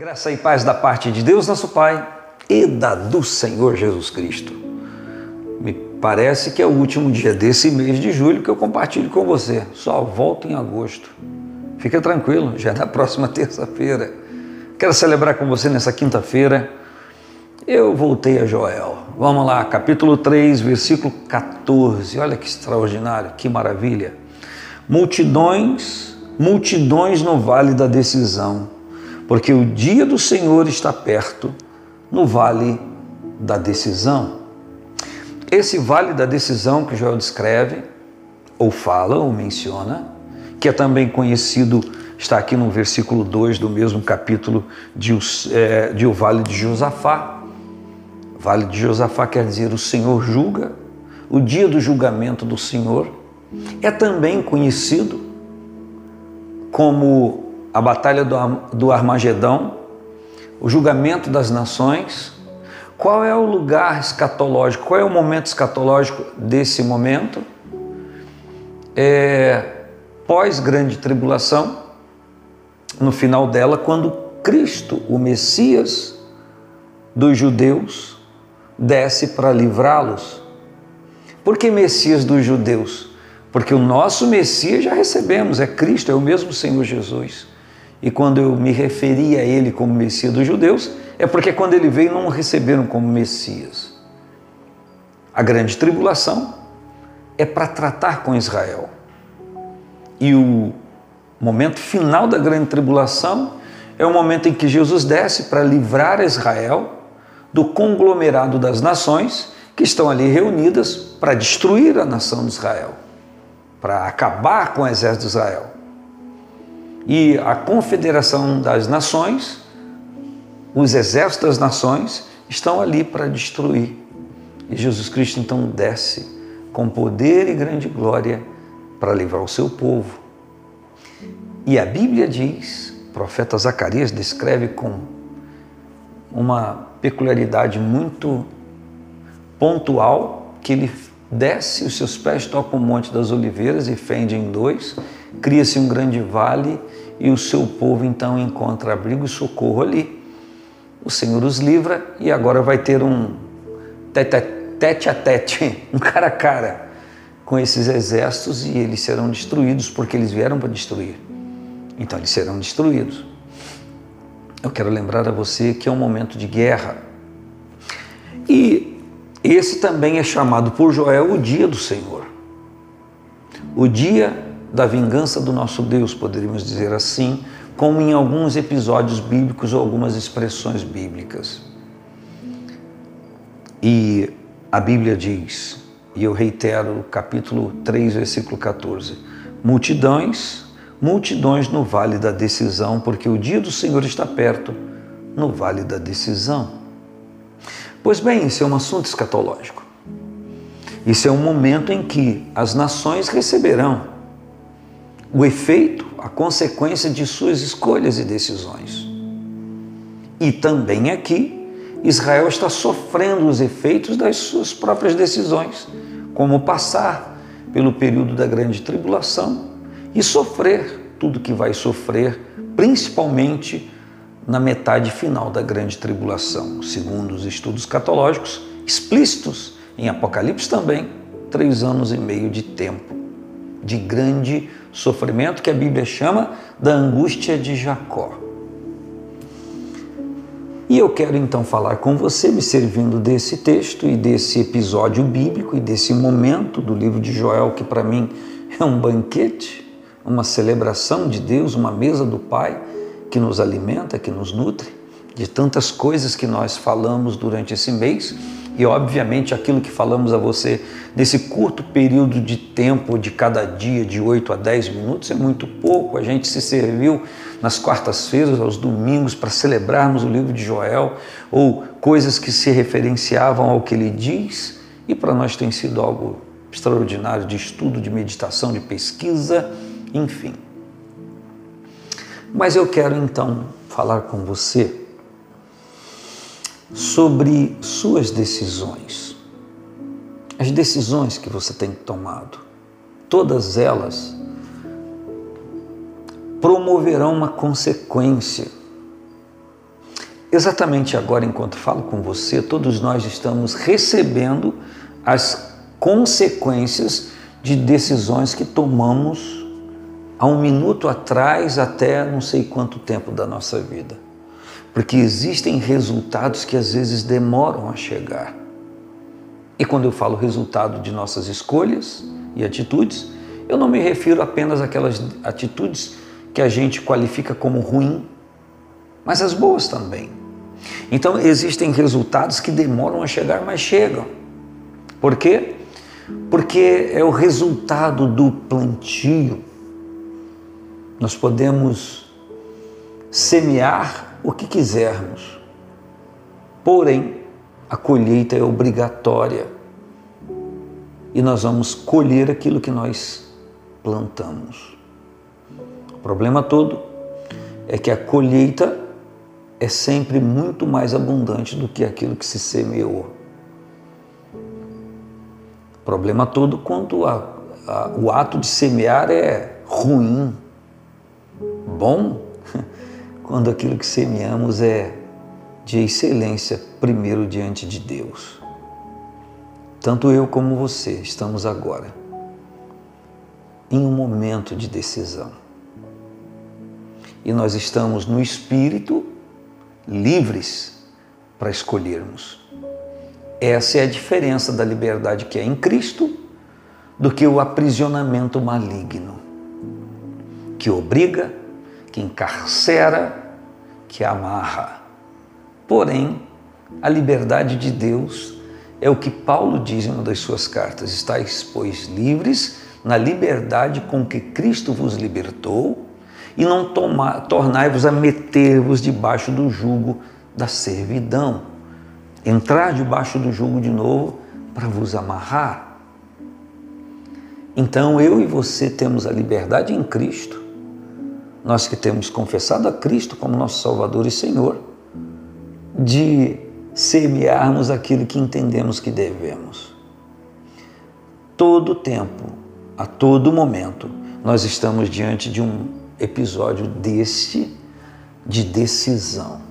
Graça e paz da parte de Deus, nosso Pai, e da do Senhor Jesus Cristo. Me parece que é o último dia desse mês de julho que eu compartilho com você. Só volto em agosto. Fica tranquilo, já é na próxima terça-feira. Quero celebrar com você nessa quinta-feira. Eu voltei a Joel. Vamos lá, capítulo 3, versículo 14. Olha que extraordinário, que maravilha. Multidões no vale da decisão, porque o dia do Senhor está perto, no vale da decisão. Esse vale da decisão que Joel descreve, ou fala, ou menciona, que é também conhecido, está aqui no versículo 2 do mesmo capítulo, de o Vale de Josafá. Vale de Josafá quer dizer o Senhor julga, o dia do julgamento do Senhor. É também conhecido como a batalha do Armagedão, o julgamento das nações. Qual é o lugar escatológico? Qual é o momento escatológico desse momento? Pós-grande tribulação, no final dela, quando Cristo, o Messias dos judeus, desce para livrá-los. Por que Messias dos judeus? Porque o nosso Messias já recebemos, é Cristo, é o mesmo Senhor Jesus. E quando eu me referi a ele como Messias dos judeus, é porque quando ele veio não o receberam como Messias. A grande tribulação é para tratar com Israel. E o momento final da grande tribulação é o momento em que Jesus desce para livrar Israel do conglomerado das nações que estão ali reunidas para destruir a nação de Israel, para acabar com o exército de Israel. E a confederação das nações, os exércitos das nações, estão ali para destruir. E Jesus Cristo então desce com poder e grande glória para livrar o seu povo. E a Bíblia diz, o profeta Zacarias descreve com uma peculiaridade muito pontual, que ele desce, os seus pés tocam o Monte das Oliveiras e fende em dois, cria-se um grande vale e o seu povo então encontra abrigo e socorro ali. O Senhor os livra e agora vai ter um tete a tete, um cara a cara com esses exércitos, e eles serão destruídos porque eles vieram para destruir. Então eles serão destruídos. Eu quero lembrar a você que é um momento de guerra. E esse também é chamado por Joel o dia do Senhor. O dia da vingança do nosso Deus, poderíamos dizer assim, como em alguns episódios bíblicos ou algumas expressões bíblicas. E a Bíblia diz, e eu reitero, capítulo 3, versículo 14, multidões no vale da decisão, porque o dia do Senhor está perto, no vale da decisão. Pois bem, isso é um assunto escatológico. Isso é um momento em que as nações receberão o efeito, a consequência de suas escolhas e decisões. E também aqui, Israel está sofrendo os efeitos das suas próprias decisões, como passar pelo período da grande tribulação e sofrer tudo que vai sofrer, principalmente na metade final da grande tribulação, segundo os estudos escatológicos explícitos em Apocalipse também, 3 anos e meio de tempo de grande sofrimento, que a Bíblia chama da angústia de Jacó. E eu quero então falar com você, me servindo desse texto e desse episódio bíblico e desse momento do livro de Joel, que para mim é um banquete, uma celebração de Deus, uma mesa do Pai que nos alimenta, que nos nutre, de tantas coisas que nós falamos durante esse mês. E obviamente aquilo que falamos a você nesse curto período de tempo de cada dia, de 8 a 10 minutos, é muito pouco. A gente se serviu nas quartas-feiras, aos domingos, para celebrarmos o livro de Joel, ou coisas que se referenciavam ao que ele diz, e para nós tem sido algo extraordinário de estudo, de meditação, de pesquisa, enfim. Mas eu quero então falar com você sobre suas decisões, as decisões que você tem tomado. Todas elas promoverão uma consequência exatamente agora, enquanto falo com você, todos nós estamos recebendo as consequências de decisões que tomamos há um minuto atrás até não sei quanto tempo da nossa vida. Porque existem resultados que às vezes demoram a chegar. E quando eu falo resultado de nossas escolhas e atitudes, eu não me refiro apenas àquelas atitudes que a gente qualifica como ruim, mas as boas também. Então existem resultados que demoram a chegar, mas chegam. Por quê? Porque é o resultado do plantio. Nós podemos semear o que quisermos, porém a colheita é obrigatória e nós vamos colher aquilo que nós plantamos. O problema todo é que a colheita é sempre muito mais abundante do que aquilo que se semeou. O problema todo quando o ato de semear é ruim. Bom, quando aquilo que semeamos é de excelência, primeiro diante de Deus. Tanto eu como você estamos agora em um momento de decisão. E nós estamos no Espírito livres para escolhermos. Essa é a diferença da liberdade que é em Cristo do que o aprisionamento maligno, que obriga, que encarcera, que amarra. Porém, a liberdade de Deus é o que Paulo diz em uma das suas cartas: estáis, pois, livres na liberdade com que Cristo vos libertou e não tornai-vos a meter-vos debaixo do jugo da servidão. Entrar debaixo do jugo de novo para vos amarrar. Então eu e você temos a liberdade em Cristo, nós que temos confessado a Cristo como nosso Salvador e Senhor, de semearmos aquilo que entendemos que devemos. Todo tempo, a todo momento, nós estamos diante de um episódio deste de decisão.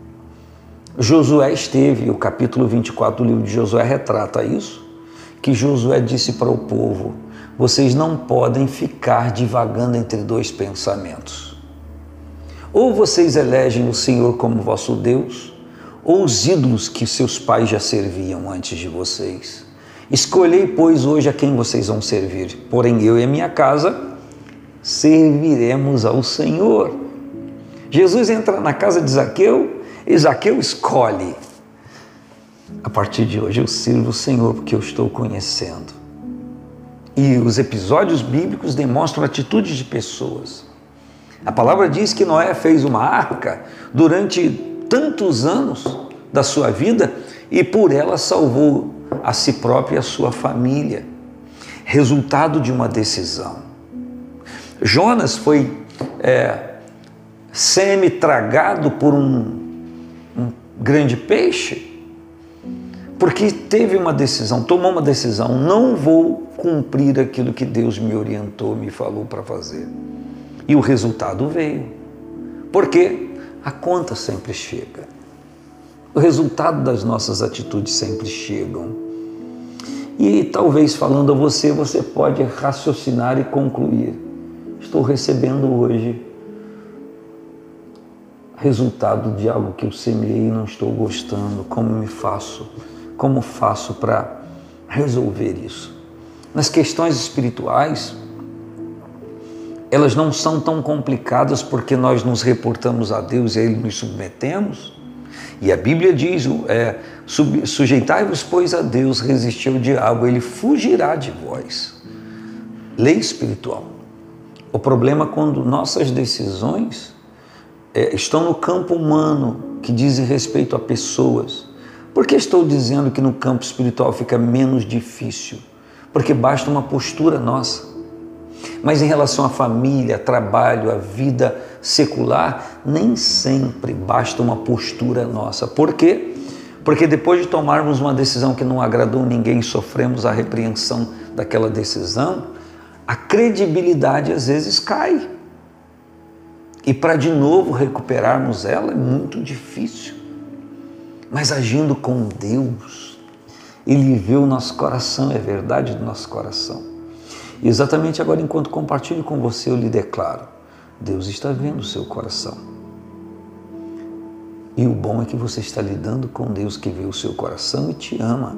Josué esteve, o capítulo 24 do livro de Josué retrata isso, que Josué disse para o povo: vocês não podem ficar divagando entre dois pensamentos. Ou vocês elegem o Senhor como vosso Deus, ou os ídolos que seus pais já serviam antes de vocês. Escolhei, pois, hoje a quem vocês vão servir. Porém, eu e a minha casa serviremos ao Senhor. Jesus entra na casa de Zaqueu e Zaqueu escolhe: a partir de hoje eu sirvo o Senhor porque eu estou conhecendo. E os episódios bíblicos demonstram atitudes de pessoas. A palavra diz que Noé fez uma arca durante tantos anos da sua vida e por ela salvou a si próprio e a sua família. Resultado de uma decisão. Jonas foi semi-tragado por um grande peixe porque teve uma decisão, tomou uma decisão: não vou cumprir aquilo que Deus me orientou, me falou para fazer. E o resultado veio. Porque a conta sempre chega. O resultado das nossas atitudes sempre chegam. E talvez falando a você, você pode raciocinar e concluir: estou recebendo hoje resultado de algo que eu semeei e não estou gostando. Como faço para resolver isso? Nas questões espirituais, elas não são tão complicadas porque nós nos reportamos a Deus e a Ele nos submetemos. E a Bíblia diz: sujeitai-vos, pois, a Deus, resisti ao diabo, ele fugirá de vós. Lei espiritual. O problema é quando nossas decisões estão no campo humano, que dizem respeito a pessoas. Por que estou dizendo que no campo espiritual fica menos difícil? Porque basta uma postura nossa. Mas em relação à família, trabalho, à vida secular, nem sempre basta uma postura nossa. Por quê? Porque depois de tomarmos uma decisão que não agradou ninguém, sofremos a repreensão daquela decisão, a credibilidade às vezes cai. E para de novo recuperarmos ela é muito difícil. mas agindo com Deus. Ele vê o nosso coração, é verdade do nosso coração. E exatamente agora, enquanto compartilho com você, eu lhe declaro, Deus está vendo o seu coração. E o bom é que você está lidando com Deus que vê o seu coração e te ama.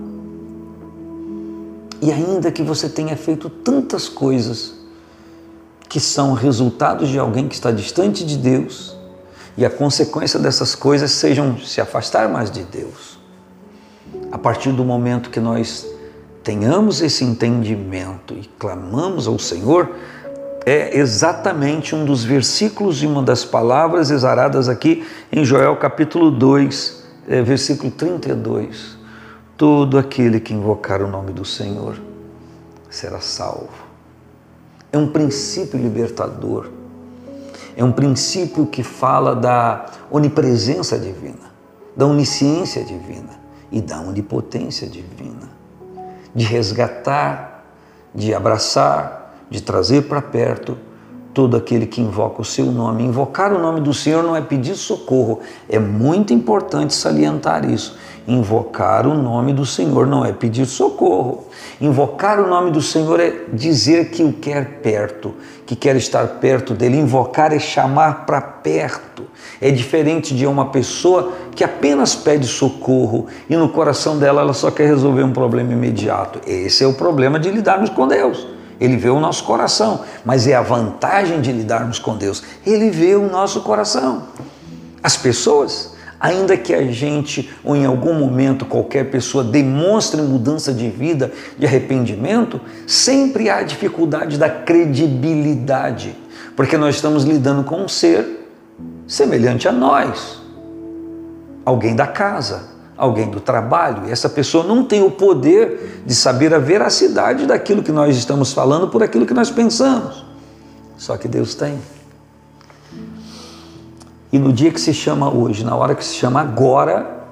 E ainda que você tenha feito tantas coisas que são resultados de alguém que está distante de Deus, e a consequência dessas coisas sejam se afastar mais de Deus. A partir do momento que nós tenhamos esse entendimento e clamamos ao Senhor, é exatamente um dos versículos e uma das palavras exaradas aqui em Joel capítulo 2, versículo 32. Todo aquele que invocar o nome do Senhor será salvo. É um princípio libertador. É um princípio que fala da onipresença divina, da onisciência divina e da onipotência divina. De resgatar, de abraçar, de trazer para perto todo aquele que invoca o seu nome. Invocar o nome do Senhor não é pedir socorro. É muito importante salientar isso. Invocar o nome do Senhor não é pedir socorro. Invocar o nome do Senhor é dizer que o quer perto, que quer estar perto dele. Invocar é chamar para perto. É diferente de uma pessoa que apenas pede socorro e no coração dela ela só quer resolver um problema imediato. Esse é o problema de lidarmos com Deus. Ele vê o nosso coração, mas é a vantagem de lidarmos com Deus. Ele vê o nosso coração. As pessoas, ainda que a gente, ou em algum momento qualquer pessoa demonstre mudança de vida, de arrependimento, sempre há dificuldade da credibilidade, porque nós estamos lidando com um ser semelhante a nós, alguém da casa, alguém do trabalho, e essa pessoa não tem o poder de saber a veracidade daquilo que nós estamos falando por aquilo que nós pensamos. Só que Deus tem. E no dia que se chama hoje, na hora que se chama agora,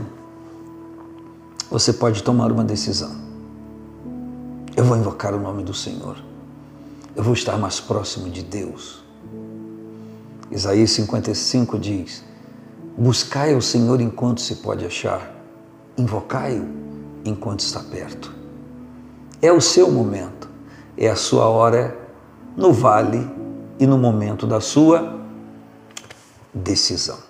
você pode tomar uma decisão. Eu vou invocar o nome do Senhor. Eu vou estar mais próximo de Deus. Isaías 55 diz: buscai ao Senhor enquanto se pode achar, invocai-o enquanto está perto. É o seu momento, é a sua hora no vale e no momento da sua decisão.